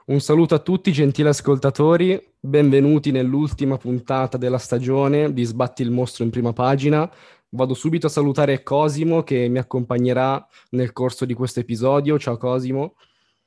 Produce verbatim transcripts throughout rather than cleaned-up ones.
Un saluto a tutti, gentili ascoltatori, benvenuti nell'ultima puntata della stagione di Sbatti il mostro in prima pagina. Vado subito a salutare Cosimo che mi accompagnerà nel corso di questo episodio. Ciao Cosimo.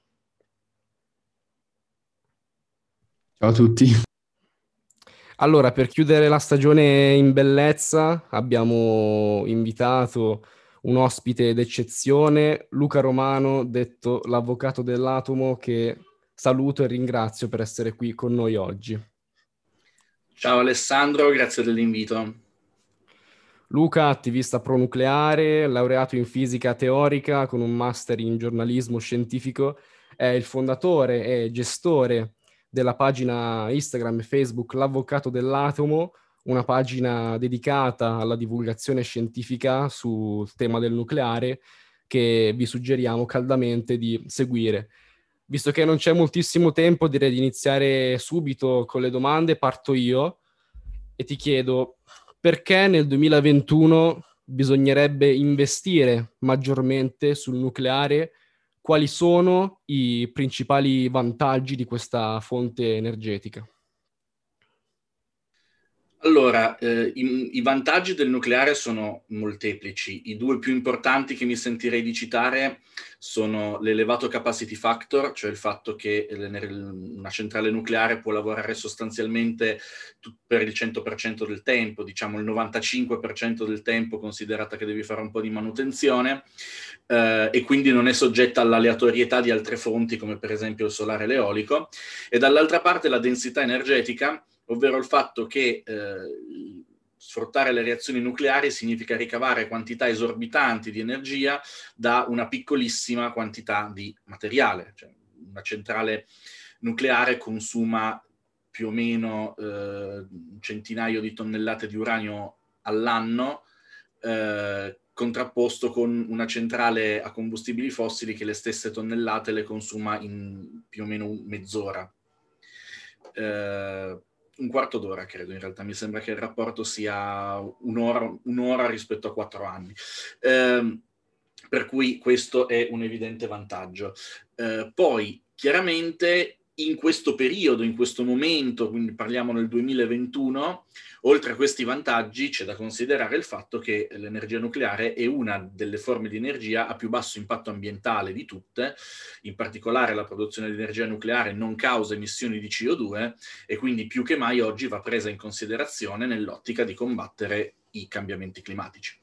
Ciao a tutti. Allora, per chiudere la stagione in bellezza, abbiamo invitato un ospite d'eccezione, Luca Romano, detto l'avvocato dell'atomo, che saluto e ringrazio per essere qui con noi oggi. Ciao Alessandro, grazie dell'invito. Luca, attivista pronucleare, laureato in fisica teorica con un master in giornalismo scientifico, è il fondatore e gestore della pagina Instagram e Facebook L'Avvocato dell'Atomo, una pagina dedicata alla divulgazione scientifica sul tema del nucleare che vi suggeriamo caldamente di seguire. Visto che non c'è moltissimo tempo, direi di iniziare subito con le domande. Parto io e ti chiedo perché nel duemilaventuno bisognerebbe investire maggiormente sul nucleare? Quali sono i principali vantaggi di questa fonte energetica? Allora, eh, i, i vantaggi del nucleare sono molteplici. I due più importanti che mi sentirei di citare sono l'elevato capacity factor, cioè il fatto che una centrale nucleare può lavorare sostanzialmente per il cento per cento del tempo, diciamo il novantacinque per cento del tempo, considerata che devi fare un po' di manutenzione, eh, e quindi non è soggetta all'aleatorietà di altre fonti come per esempio il solare e l'eolico. E dall'altra parte la densità energetica, ovvero il fatto che eh, sfruttare le reazioni nucleari significa ricavare quantità esorbitanti di energia da una piccolissima quantità di materiale. Cioè, una centrale nucleare consuma più o meno eh, un centinaio di tonnellate di uranio all'anno, eh, contrapposto con una centrale a combustibili fossili che le stesse tonnellate le consuma in più o meno mezz'ora. Eh, un quarto d'ora, credo, in realtà. Mi sembra che il rapporto sia un'ora, un'ora rispetto a quattro anni. Eh, per cui questo è un evidente vantaggio. Eh, poi, chiaramente, in questo periodo, in questo momento, quindi parliamo nel duemilaventuno, oltre a questi vantaggi c'è da considerare il fatto che l'energia nucleare è una delle forme di energia a più basso impatto ambientale di tutte. In particolare la produzione di energia nucleare non causa emissioni di C O due e quindi più che mai oggi va presa in considerazione nell'ottica di combattere i cambiamenti climatici.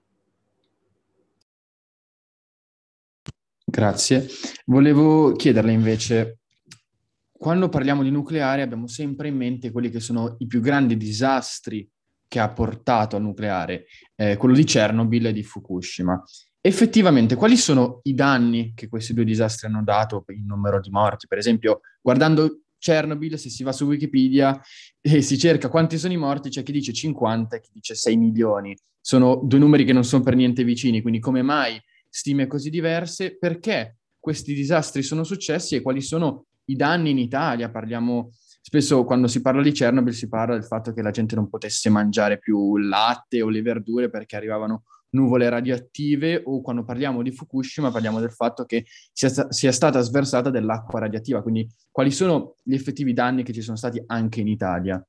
Grazie. Volevo chiederle invece, quando parliamo di nucleare abbiamo sempre in mente quelli che sono i più grandi disastri che ha portato al nucleare, eh, quello di Chernobyl e di Fukushima. Effettivamente, quali sono i danni che questi due disastri hanno dato in numero di morti? Per esempio, guardando Chernobyl, se si va su Wikipedia e si cerca quanti sono i morti, c'è chi dice cinquanta e chi dice sei milioni. Sono due numeri che non sono per niente vicini, quindi come mai stime così diverse? Perché questi disastri sono successi e quali sono i danni in Italia? Parliamo spesso, quando si parla di Chernobyl, si parla del fatto che la gente non potesse mangiare più il latte o le verdure perché arrivavano nuvole radioattive, o quando parliamo di Fukushima parliamo del fatto che sia, sta- sia stata sversata dell'acqua radioattiva. Quindi quali sono gli effettivi danni che ci sono stati anche in Italia?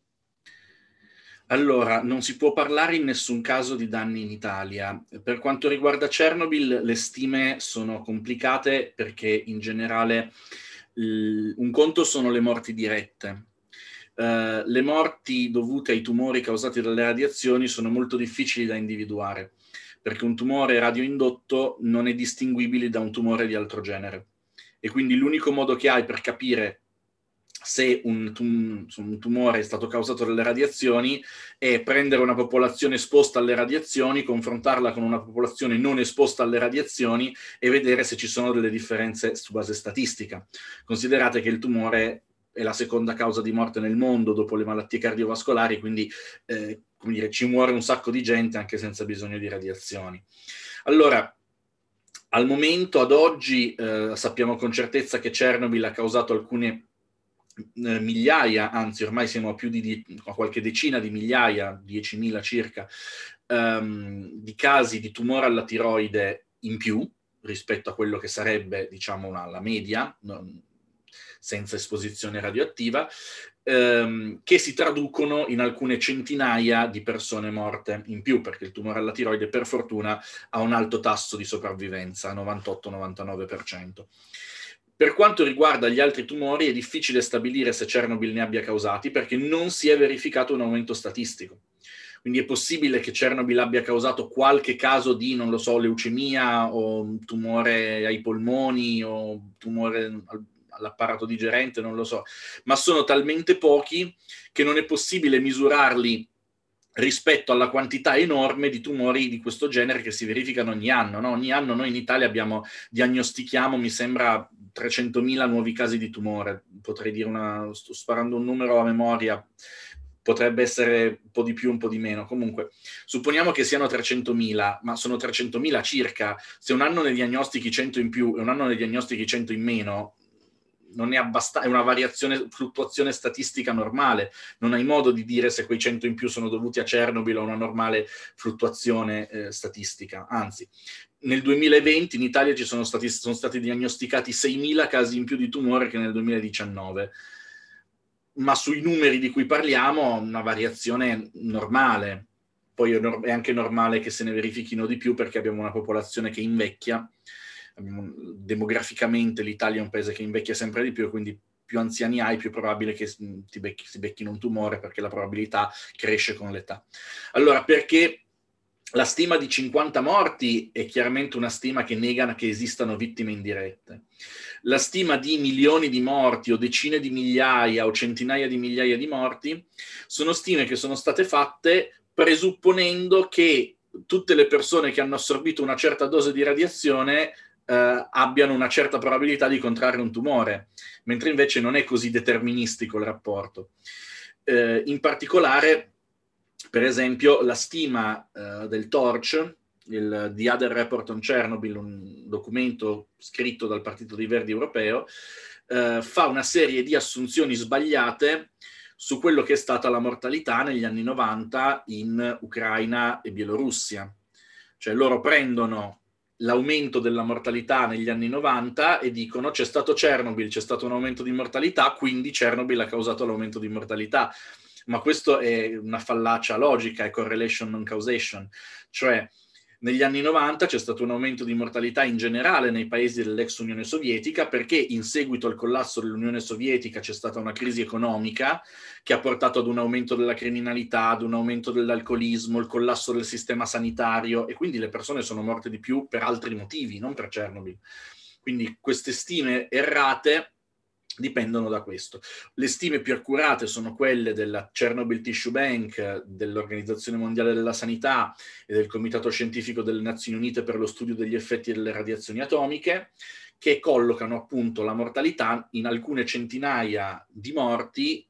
Allora, non si può parlare in nessun caso di danni in Italia. Per quanto riguarda Chernobyl, le stime sono complicate perché in generale l- un conto sono le morti dirette. Eh, le morti dovute ai tumori causati dalle radiazioni sono molto difficili da individuare, perché un tumore radioindotto non è distinguibile da un tumore di altro genere. E quindi l'unico modo che hai per capire se un, tum- un tumore è stato causato dalle radiazioni è prendere una popolazione esposta alle radiazioni, confrontarla con una popolazione non esposta alle radiazioni e vedere se ci sono delle differenze su base statistica. Considerate che il tumore è la seconda causa di morte nel mondo dopo le malattie cardiovascolari, quindi eh, come dire, ci muore un sacco di gente anche senza bisogno di radiazioni. Allora, al momento, ad oggi, eh, sappiamo con certezza che Chernobyl ha causato alcune eh, migliaia, anzi ormai siamo a più di, di a qualche decina di migliaia, diecimila circa, ehm, di casi di tumore alla tiroide in più rispetto a quello che sarebbe, diciamo, una, la media. Non, senza esposizione radioattiva, ehm, che si traducono in alcune centinaia di persone morte in più, perché il tumore alla tiroide per fortuna ha un alto tasso di sopravvivenza, novantotto novantanove per cento. Per quanto riguarda gli altri tumori è difficile stabilire se Chernobyl ne abbia causati, perché non si è verificato un aumento statistico. Quindi è possibile che Chernobyl abbia causato qualche caso di, non lo so, leucemia o tumore ai polmoni o tumore all'apparato digerente, non lo so, ma sono talmente pochi che non è possibile misurarli rispetto alla quantità enorme di tumori di questo genere che si verificano ogni anno. No? Ogni anno noi in Italia abbiamo, diagnostichiamo, mi sembra, trecentomila nuovi casi di tumore. Potrei dire una, sto sparando un numero a memoria, potrebbe essere un po' di più, un po' di meno. Comunque, supponiamo che siano trecentomila, ma sono trecentomila circa. Se un anno ne diagnostichi cento in più e un anno ne diagnostichi cento in meno, non è abbastanza, è una variazione, fluttuazione statistica normale. Non hai modo di dire se quei cento in più sono dovuti a Chernobyl o a una normale fluttuazione eh, statistica. Anzi, nel duemilaventi in Italia ci sono stati, sono stati diagnosticati seimila casi in più di tumore che nel duemiladiciannove. Ma sui numeri di cui parliamo una variazione normale. Poi è anche normale che se ne verifichino di più perché abbiamo una popolazione che invecchia. Demograficamente l'Italia è un paese che invecchia sempre di più, quindi più anziani hai, più è probabile che ti becchi, si becchino un tumore, perché la probabilità cresce con l'età. Allora, perché la stima di cinquanta morti è chiaramente una stima che nega che esistano vittime indirette. La stima di milioni di morti o decine di migliaia o centinaia di migliaia di morti sono stime che sono state fatte presupponendo che tutte le persone che hanno assorbito una certa dose di radiazione eh, abbiano una certa probabilità di contrarre un tumore, mentre invece non è così deterministico il rapporto. Eh, in particolare, per esempio, la stima eh, del Torch, il The Other Report on Chernobyl, un documento scritto dal Partito dei Verdi europeo, eh, fa una serie di assunzioni sbagliate su quello che è stata la mortalità negli anni novanta in Ucraina e Bielorussia. Cioè loro prendono l'aumento della mortalità negli anni novanta e dicono c'è stato Chernobyl, c'è stato un aumento di mortalità, quindi Chernobyl ha causato l'aumento di mortalità. Ma questo è una fallacia logica, è correlation non causation. Cioè negli anni novanta c'è stato un aumento di mortalità in generale nei paesi dell'ex Unione Sovietica, perché in seguito al collasso dell'Unione Sovietica c'è stata una crisi economica che ha portato ad un aumento della criminalità, ad un aumento dell'alcolismo, il collasso del sistema sanitario, e quindi le persone sono morte di più per altri motivi, non per Chernobyl. Quindi queste stime errate dipendono da questo. Le stime più accurate sono quelle della Chernobyl Tissue Bank, dell'Organizzazione Mondiale della Sanità e del Comitato Scientifico delle Nazioni Unite per lo studio degli effetti delle radiazioni atomiche, che collocano appunto la mortalità in alcune centinaia di morti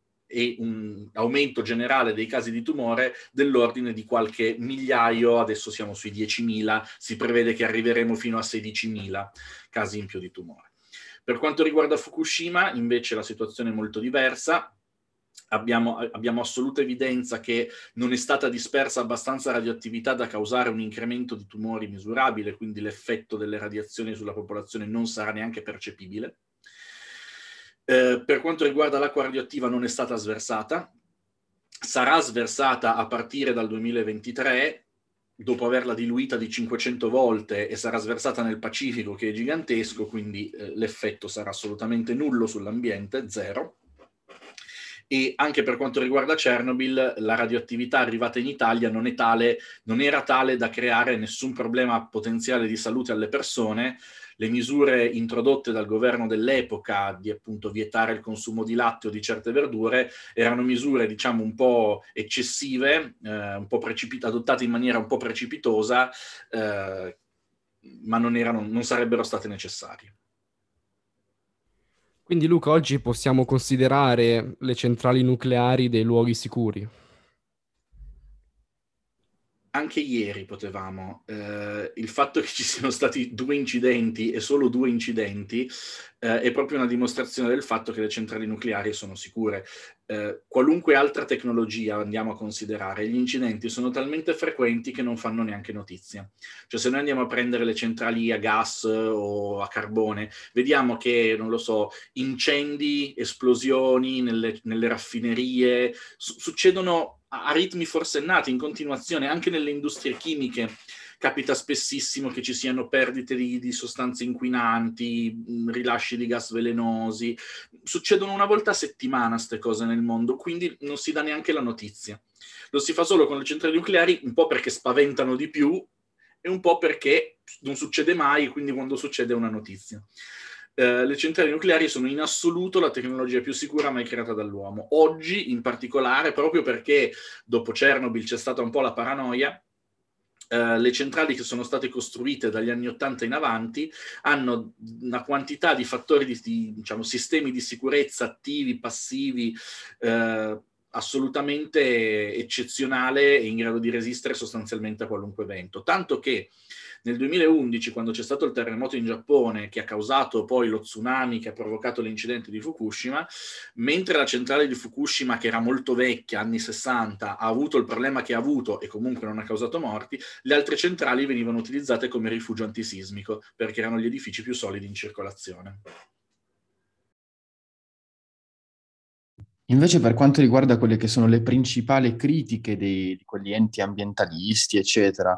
e un aumento generale dei casi di tumore dell'ordine di qualche migliaio. Adesso siamo sui diecimila, si prevede che arriveremo fino a sedicimila casi in più di tumore. Per quanto riguarda Fukushima, invece, la situazione è molto diversa. Abbiamo, abbiamo assoluta evidenza che non è stata dispersa abbastanza radioattività da causare un incremento di tumori misurabile, quindi l'effetto delle radiazioni sulla popolazione non sarà neanche percepibile. Eh, per quanto riguarda l'acqua radioattiva, non è stata sversata. Sarà sversata a partire dal duemilaventitré, dopo averla diluita di cinquecento volte, e sarà sversata nel Pacifico, che è gigantesco, quindi eh, l'effetto sarà assolutamente nullo sull'ambiente, zero. E anche per quanto riguarda Chernobyl, la radioattività arrivata in Italia non è tale, non era tale da creare nessun problema potenziale di salute alle persone. Le misure introdotte dal governo dell'epoca di appunto vietare il consumo di latte o di certe verdure erano misure, diciamo, un po' eccessive, eh, un po' precipit- adottate in maniera un po' precipitosa, eh, ma non, erano, non sarebbero state necessarie. Quindi Luca, oggi possiamo considerare le centrali nucleari dei luoghi sicuri? anche ieri potevamo. Eh, il fatto che ci siano stati due incidenti e solo due incidenti eh, è proprio una dimostrazione del fatto che le centrali nucleari sono sicure. Eh, qualunque altra tecnologia andiamo a considerare, gli incidenti sono talmente frequenti che non fanno neanche notizia. Cioè, se noi andiamo a prendere le centrali a gas o a carbone, vediamo che, non lo so, incendi, esplosioni nelle, nelle raffinerie, su- succedono a ritmi forsennati, in continuazione. Anche nelle industrie chimiche capita spessissimo che ci siano perdite di, di sostanze inquinanti, rilasci di gas velenosi. Succedono una volta a settimana queste cose nel mondo, quindi non si dà neanche la notizia. Lo si fa solo con le centrali nucleari, un po' perché spaventano di più e un po' perché non succede mai, quindi quando succede è una notizia. Uh, le centrali nucleari sono in assoluto la tecnologia più sicura mai creata dall'uomo. Oggi, in particolare, proprio perché dopo Chernobyl c'è stata un po' la paranoia, uh, le centrali che sono state costruite dagli anni ottanta in avanti hanno una quantità di fattori, di, di diciamo, sistemi di sicurezza attivi, passivi, uh, assolutamente eccezionale e in grado di resistere sostanzialmente a qualunque evento. Tanto che nel duemilaundici, quando c'è stato il terremoto in Giappone, che ha causato poi lo tsunami che ha provocato l'incidente di Fukushima, mentre la centrale di Fukushima, che era molto vecchia, anni sessanta, ha avuto il problema che ha avuto e comunque non ha causato morti, le altre centrali venivano utilizzate come rifugio antisismico, perché erano gli edifici più solidi in circolazione. Invece, per quanto riguarda quelle che sono le principali critiche dei, di quegli enti ambientalisti, eccetera,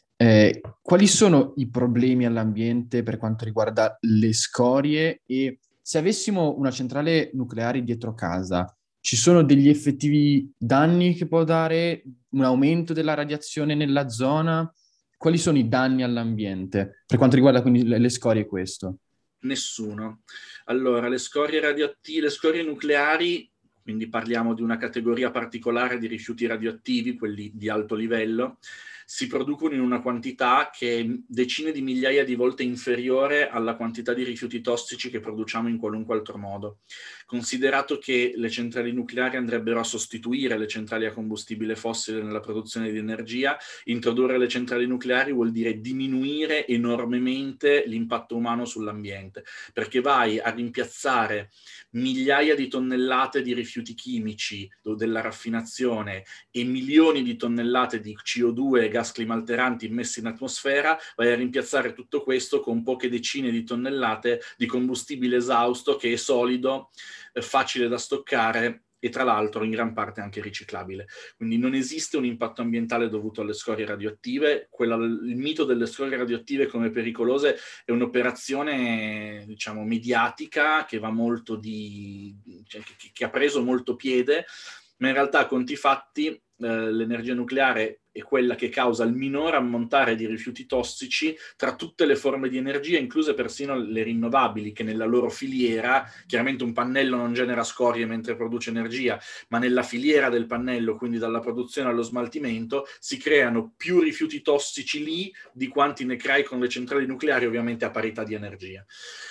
eh, quali sono i problemi all'ambiente per quanto riguarda le scorie? E se avessimo una centrale nucleare dietro casa, ci sono degli effettivi danni che può dare? Un aumento della radiazione nella zona? Quali sono i danni all'ambiente per quanto riguarda quindi le, le scorie questo? Nessuno. Allora, le scorie radioattive, le scorie nucleari, quindi parliamo di una categoria particolare di rifiuti radioattivi, quelli di alto livello, si producono in una quantità che è decine di migliaia di volte inferiore alla quantità di rifiuti tossici che produciamo in qualunque altro modo. Considerato che le centrali nucleari andrebbero a sostituire le centrali a combustibile fossile nella produzione di energia, introdurre le centrali nucleari vuol dire diminuire enormemente l'impatto umano sull'ambiente, perché vai a rimpiazzare migliaia di tonnellate di rifiuti chimici della raffinazione e milioni di tonnellate di C O due e gas climalteranti immessi in atmosfera, vai a rimpiazzare tutto questo con poche decine di tonnellate di combustibile esausto che è solido, facile da stoccare e tra l'altro in gran parte anche riciclabile. Quindi non esiste un impatto ambientale dovuto alle scorie radioattive. Quella, il mito delle scorie radioattive come pericolose è un'operazione, diciamo, mediatica che va molto di, cioè, che, che ha preso molto piede, ma in realtà a conti fatti eh, l'energia nucleare è quella che causa il minor ammontare di rifiuti tossici tra tutte le forme di energia, incluse persino le rinnovabili, che nella loro filiera, chiaramente un pannello non genera scorie mentre produce energia, ma nella filiera del pannello, quindi dalla produzione allo smaltimento, si creano più rifiuti tossici lì di quanti ne crei con le centrali nucleari, ovviamente a parità di energia.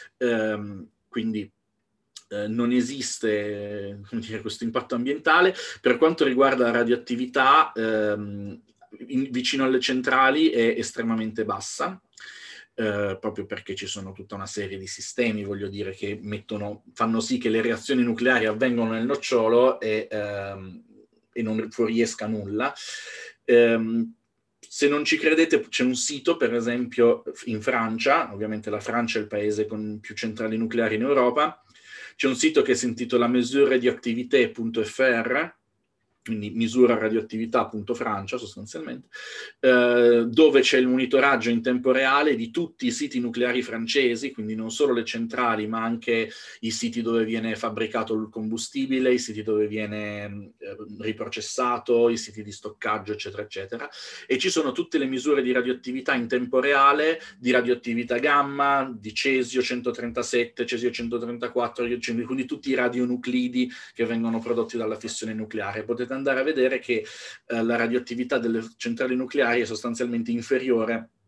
Ehm, quindi Eh, non esiste, come dire, questo impatto ambientale. Per quanto riguarda la radioattività, ehm, in, vicino alle centrali è estremamente bassa, eh, proprio perché ci sono tutta una serie di sistemi, voglio dire, che mettono, fanno sì che le reazioni nucleari avvengono nel nocciolo e, ehm, e non fuoriesca nulla. Ehm, Se non ci credete, c'è un sito, per esempio, in Francia, ovviamente la Francia è il paese con più centrali nucleari in Europa. C'è un sito che si intitola mesure radioactivité punto F R, quindi misura radioattività punto Francia sostanzialmente, eh, dove c'è il monitoraggio in tempo reale di tutti i siti nucleari francesi, quindi non solo le centrali, ma anche i siti dove viene fabbricato il combustibile, i siti dove viene eh, riprocessato, i siti di stoccaggio, eccetera, eccetera. E ci sono tutte le misure di radioattività in tempo reale, di radioattività gamma, di cesio centotrentasette, cesio centotrentaquattro, quindi tutti i radionuclidi che vengono prodotti dalla fissione nucleare. Potete andare a vedere che eh, la radioattività delle centrali nucleari è sostanzialmente inferiore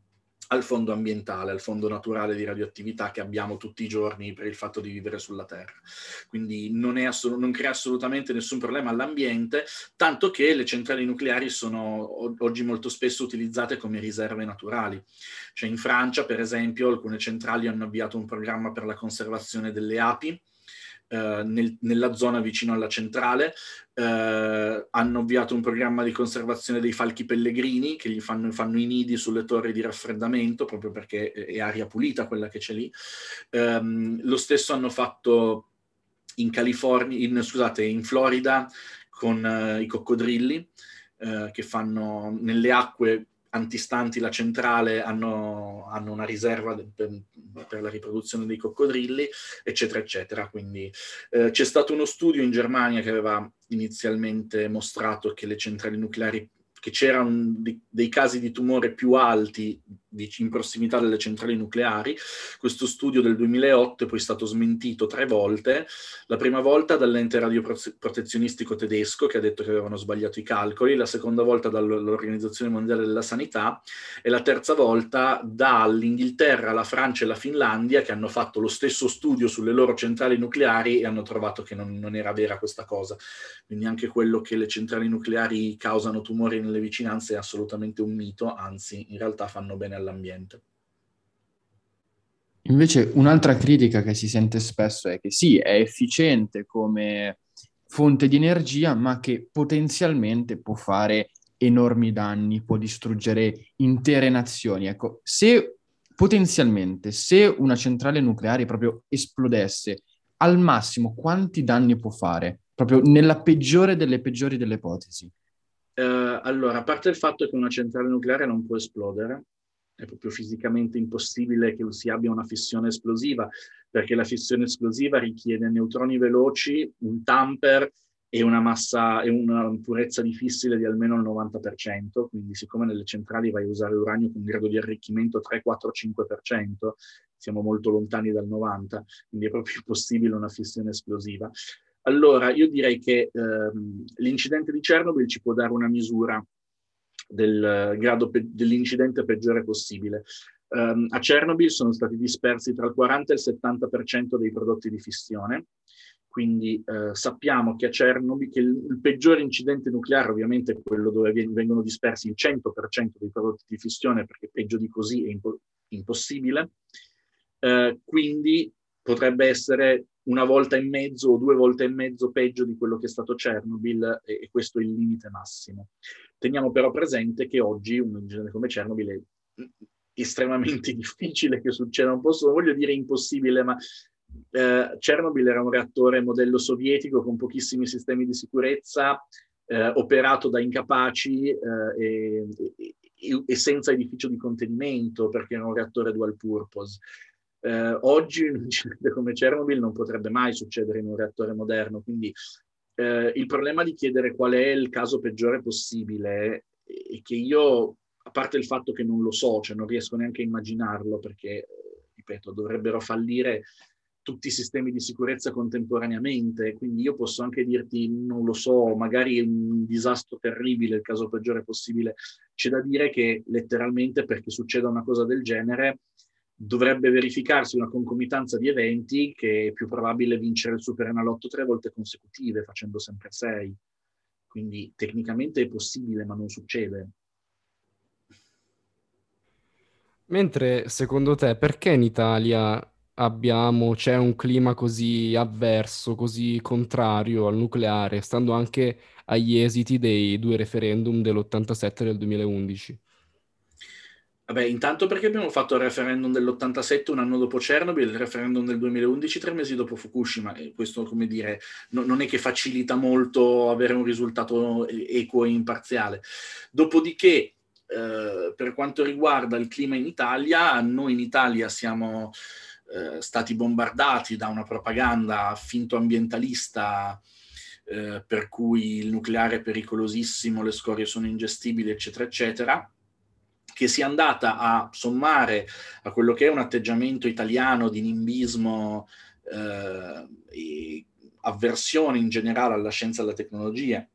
al fondo ambientale, al fondo naturale di radioattività che abbiamo tutti i giorni per il fatto di vivere sulla Terra. Quindi non, è assolut- non crea assolutamente nessun problema all'ambiente, tanto che le centrali nucleari sono oggi molto spesso utilizzate come riserve naturali. Cioè in Francia, per esempio, alcune centrali hanno avviato un programma per la conservazione delle api, Uh, nel, nella zona vicino alla centrale, uh, hanno avviato un programma di conservazione dei falchi pellegrini che gli fanno, fanno i nidi sulle torri di raffreddamento proprio perché è aria pulita quella che c'è lì. Um, lo stesso hanno fatto in California, in, scusate, in Florida con uh, i coccodrilli uh, che fanno nelle acque antistanti la centrale, hanno, hanno una riserva per, per la riproduzione dei coccodrilli, eccetera, eccetera. Quindi eh, c'è stato uno studio in Germania che aveva inizialmente mostrato che le centrali nucleari, che c'erano dei casi di tumore più alti in prossimità delle centrali nucleari. Questo studio del duemilaotto è poi stato smentito tre volte. La prima volta dall'ente radioprotezionistico tedesco, che ha detto che avevano sbagliato i calcoli, la seconda volta dall'Organizzazione Mondiale della Sanità e la terza volta dall'Inghilterra, la Francia e la Finlandia, che hanno fatto lo stesso studio sulle loro centrali nucleari e hanno trovato che non, non era vera questa cosa. Quindi anche quello che le centrali nucleari causano tumori nelle vicinanze è assolutamente un mito, anzi in realtà fanno bene all'ambiente. Invece un'altra critica che si sente spesso è che sì, è efficiente come fonte di energia, ma che potenzialmente può fare enormi danni, può distruggere intere nazioni. Ecco, se potenzialmente, se una centrale nucleare proprio esplodesse, al massimo quanti danni può fare? Proprio nella peggiore delle peggiori delle ipotesi. Eh, allora, a parte il fatto che una centrale nucleare non può esplodere, è proprio fisicamente impossibile che si abbia una fissione esplosiva, perché la fissione esplosiva richiede neutroni veloci, un tamper e una massa e una purezza di fissile di almeno il novanta per cento, quindi siccome nelle centrali vai a usare uranio con un grado di arricchimento tre, quattro, cinque per cento, siamo molto lontani dal novanta, quindi è proprio impossibile una fissione esplosiva. Allora, io direi che ehm, l'incidente di Chernobyl ci può dare una misura del grado pe- dell'incidente peggiore possibile. Um, a Chernobyl sono stati dispersi tra il quaranta e il settanta per cento dei prodotti di fissione, quindi eh, sappiamo che a Chernobyl che il, il peggiore incidente nucleare ovviamente è quello dove vengono dispersi il cento per cento dei prodotti di fissione, perché peggio di così è impo- impossibile. Uh, quindi potrebbe essere una volta e mezzo o due volte e mezzo peggio di quello che è stato Chernobyl, e, e questo è il limite massimo. Teniamo però presente che oggi un incidente come Chernobyl è estremamente difficile che succeda, non posso, non voglio dire impossibile, ma eh, Chernobyl era un reattore modello sovietico con pochissimi sistemi di sicurezza, eh, operato da incapaci eh, e, e, e senza edificio di contenimento, perché era un reattore dual purpose. Eh, oggi un incidente come Chernobyl non potrebbe mai succedere in un reattore moderno, quindi eh, il problema di chiedere qual è il caso peggiore possibile è che io, a parte il fatto che non lo so, cioè non riesco neanche a immaginarlo, perché, ripeto, dovrebbero fallire tutti i sistemi di sicurezza contemporaneamente, quindi io posso anche dirti, non lo so, magari un disastro terribile, il caso peggiore possibile. C'è da dire che letteralmente perché succeda una cosa del genere dovrebbe verificarsi una concomitanza di eventi che è più probabile vincere il Superenalotto tre volte consecutive, facendo sempre sei. Quindi tecnicamente è possibile, ma non succede. Mentre secondo te perché in Italia abbiamo, c'è un clima così avverso, così contrario al nucleare, stando anche agli esiti dei due referendum dell'ottantasette e del duemilaundici? Vabbè, intanto perché abbiamo fatto il referendum dell'ottantasette un anno dopo Chernobyl, il referendum del duemilaundici tre mesi dopo Fukushima, e questo, come dire, no, non è che facilita molto avere un risultato equo e imparziale. Dopodiché, eh, per quanto riguarda il clima in Italia, noi in Italia siamo eh, stati bombardati da una propaganda finto ambientalista, eh, per cui il nucleare è pericolosissimo, le scorie sono ingestibili, eccetera, eccetera, che sia andata a sommare a quello che è un atteggiamento italiano di nimbismo eh, e avversione in generale alla scienza e alla tecnologia,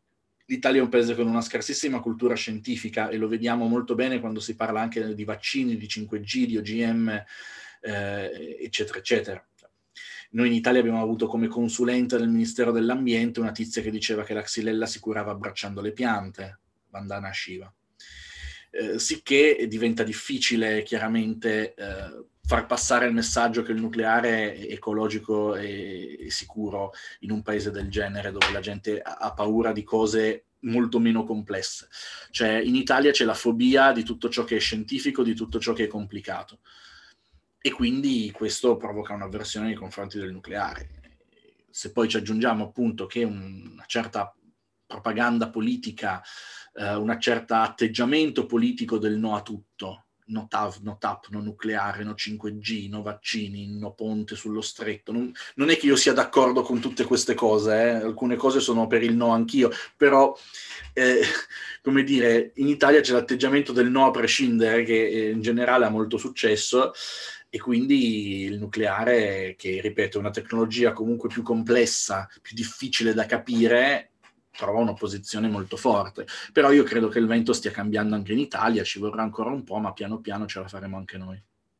l'Italia è un paese con una scarsissima cultura scientifica e lo vediamo molto bene quando si parla anche di vaccini, di cinque G, di O G M, eh, eccetera, eccetera. Noi in Italia abbiamo avuto come consulente del Ministero dell'Ambiente una tizia che diceva che la xylella si curava abbracciando le piante, Vandana Shiva. Eh, sicché diventa difficile chiaramente eh, far passare il messaggio che il nucleare è ecologico e, e sicuro in un paese del genere dove la gente ha, ha paura di cose molto meno complesse. Cioè in Italia c'è la fobia di tutto ciò che è scientifico, di tutto ciò che è complicato. E quindi questo provoca un'avversione nei confronti del nucleare. Se poi ci aggiungiamo appunto che una certa propaganda politica, eh, un certo atteggiamento politico del no a tutto, no T A V, no T A P, no nucleare, no cinque G, no vaccini, no ponte sullo stretto. Non, non è che io sia d'accordo con tutte queste cose, eh? Alcune cose sono per il no anch'io, però eh, come dire, in Italia c'è l'atteggiamento del no a prescindere che in generale ha molto successo. E quindi il nucleare, che ripeto è una tecnologia comunque più complessa, più difficile da capire, trova un'opposizione molto forte. Però io credo che il vento stia cambiando anche in Italia, ci vorrà ancora un po', ma piano piano ce la faremo anche noi.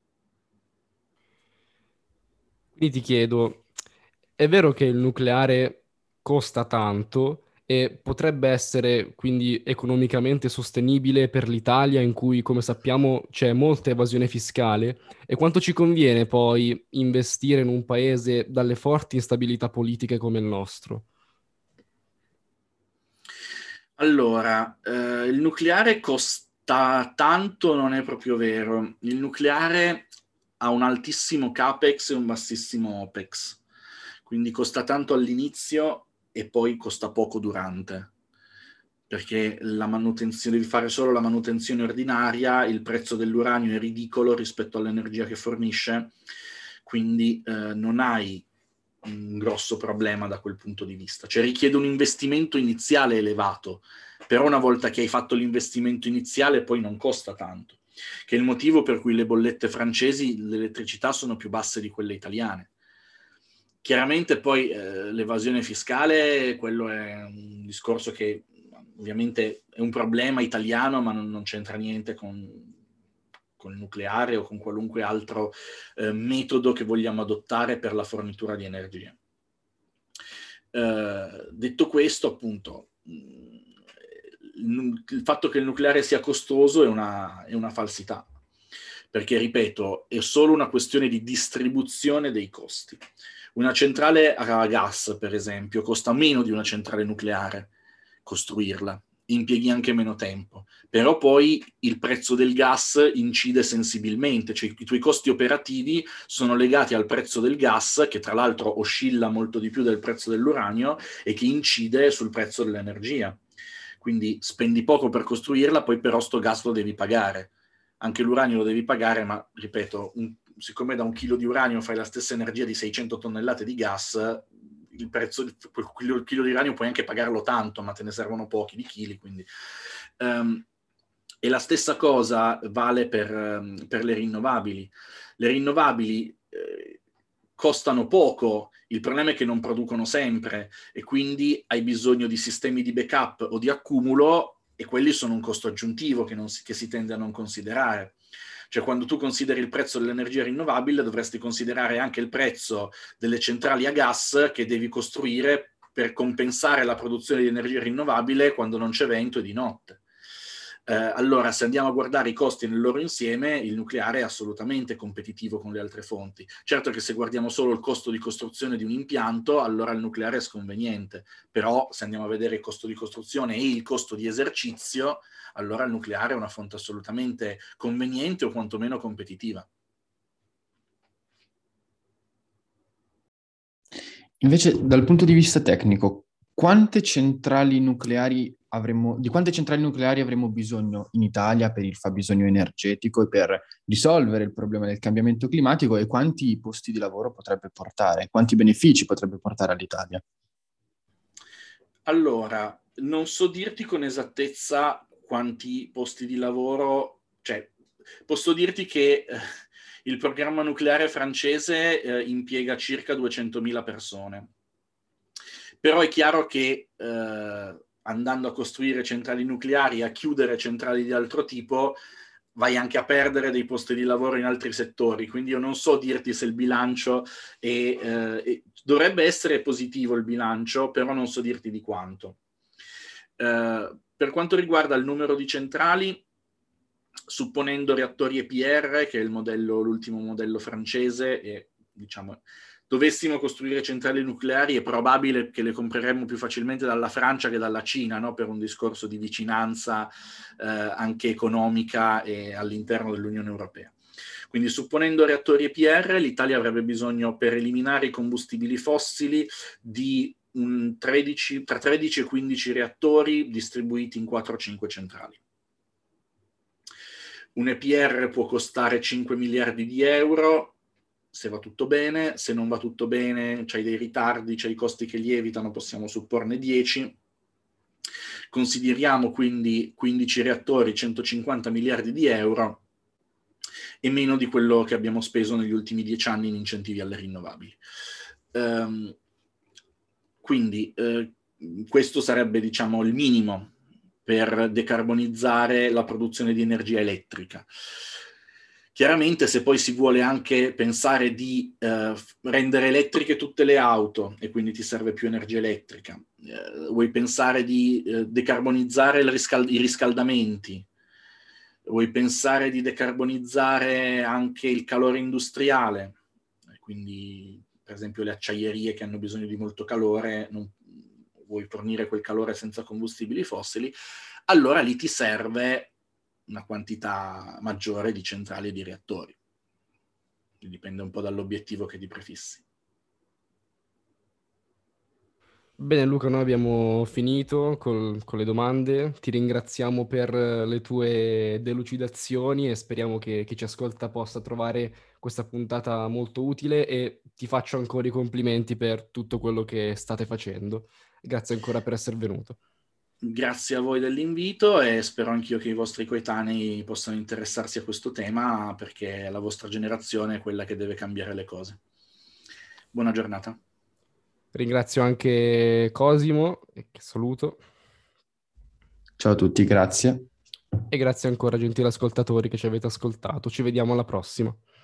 Quindi ti chiedo, è vero che il nucleare costa tanto e potrebbe essere quindi economicamente sostenibile per l'Italia, in cui, come sappiamo, c'è molta evasione fiscale? E quanto ci conviene poi investire in un paese dalle forti instabilità politiche come il nostro? Allora, eh, il nucleare costa tanto, non è proprio vero. Il nucleare ha un altissimo capex e un bassissimo opex, quindi costa tanto all'inizio e poi costa poco durante, perché la manutenzione, devi fare solo la manutenzione ordinaria, il prezzo dell'uranio è ridicolo rispetto all'energia che fornisce, quindi eh, non hai un grosso problema da quel punto di vista. Cioè richiede un investimento iniziale elevato, però una volta che hai fatto l'investimento iniziale poi non costa tanto, che è il motivo per cui le bollette francesi, l'elettricità sono più basse di quelle italiane. Chiaramente poi eh, l'evasione fiscale, quello è un discorso che ovviamente è un problema italiano, ma non, non c'entra niente con, con il nucleare o con qualunque altro eh, metodo che vogliamo adottare per la fornitura di energia. Eh, detto questo, appunto, il fatto che il nucleare sia costoso è una, è una falsità, perché, ripeto, è solo una questione di distribuzione dei costi. Una centrale a gas, per esempio, costa meno di una centrale nucleare costruirla, impieghi anche meno tempo, però poi il prezzo del gas incide sensibilmente, cioè i tuoi costi operativi sono legati al prezzo del gas, che tra l'altro oscilla molto di più del prezzo dell'uranio e che incide sul prezzo dell'energia. Quindi spendi poco per costruirla, poi però sto gas lo devi pagare. Anche l'uranio lo devi pagare, ma ripeto, un, siccome da un chilo di uranio fai la stessa energia di seicento tonnellate di gas, il prezzo di quel chilo di uranio puoi anche pagarlo tanto, ma te ne servono pochi di chili, quindi... Um, e la stessa cosa vale per, um, per le rinnovabili. Le rinnovabili eh, costano poco, il problema è che non producono sempre e quindi hai bisogno di sistemi di backup o di accumulo e quelli sono un costo aggiuntivo che, non si, che si tende a non considerare. Cioè quando tu consideri il prezzo dell'energia rinnovabile dovresti considerare anche il prezzo delle centrali a gas che devi costruire per compensare la produzione di energia rinnovabile quando non c'è vento e di notte. Eh, allora, se andiamo a guardare i costi nel loro insieme, il nucleare è assolutamente competitivo con le altre fonti. Certo che se guardiamo solo il costo di costruzione di un impianto, allora il nucleare è sconveniente, però se andiamo a vedere il costo di costruzione e il costo di esercizio, allora il nucleare è una fonte assolutamente conveniente o quantomeno competitiva. Invece, dal punto di vista tecnico, quante centrali nucleari avremmo, di quante centrali nucleari avremo bisogno in Italia per il fabbisogno energetico e per risolvere il problema del cambiamento climatico e quanti posti di lavoro potrebbe portare, quanti benefici potrebbe portare all'Italia? Allora, non so dirti con esattezza quanti posti di lavoro, cioè posso dirti che eh, il programma nucleare francese eh, impiega circa duecentomila persone. Però è chiaro che eh, andando a costruire centrali nucleari, a chiudere centrali di altro tipo, vai anche a perdere dei posti di lavoro in altri settori. Quindi io non so dirti se il bilancio è, eh, dovrebbe essere positivo il bilancio, però non so dirti di quanto. Eh, per quanto riguarda il numero di centrali, supponendo reattori E P R, che è il modello, l'ultimo modello francese, e diciamo dovessimo costruire centrali nucleari, è probabile che le compreremmo più facilmente dalla Francia che dalla Cina, no? Per un discorso di vicinanza eh, anche economica e all'interno dell'Unione Europea. Quindi supponendo reattori E P R, l'Italia avrebbe bisogno, per eliminare i combustibili fossili, di un tredici, tra tredici e quindici reattori distribuiti in quattro o cinque centrali. Un E P R può costare cinque miliardi di euro, se va tutto bene. Se non va tutto bene, c'hai dei ritardi, c'hai i costi che lievitano, possiamo supporne dieci. Consideriamo quindi quindici reattori, centocinquanta miliardi di euro, e meno di quello che abbiamo speso negli ultimi dieci anni in incentivi alle rinnovabili. Um, quindi eh, questo sarebbe, diciamo, il minimo per decarbonizzare la produzione di energia elettrica. Chiaramente, se poi si vuole anche pensare di eh, rendere elettriche tutte le auto e quindi ti serve più energia elettrica, eh, vuoi pensare di eh, decarbonizzare il riscal- i riscaldamenti, vuoi pensare di decarbonizzare anche il calore industriale, quindi per esempio le acciaierie che hanno bisogno di molto calore, non vuoi fornire quel calore senza combustibili fossili, allora lì ti serve una quantità maggiore di centrali e di reattori. Dipende un po' dall'obiettivo che ti prefissi. Bene Luca, noi abbiamo finito col, con le domande, ti ringraziamo per le tue delucidazioni e speriamo che chi ci ascolta possa trovare questa puntata molto utile, e ti faccio ancora i complimenti per tutto quello che state facendo. Grazie ancora per essere venuto. Grazie a voi dell'invito e spero anch'io che i vostri coetanei possano interessarsi a questo tema, perché la vostra generazione è quella che deve cambiare le cose. Buona giornata. Ringrazio anche Cosimo, che saluto. Ciao a tutti, grazie. E grazie ancora, gentili ascoltatori, che ci avete ascoltato. Ci vediamo alla prossima.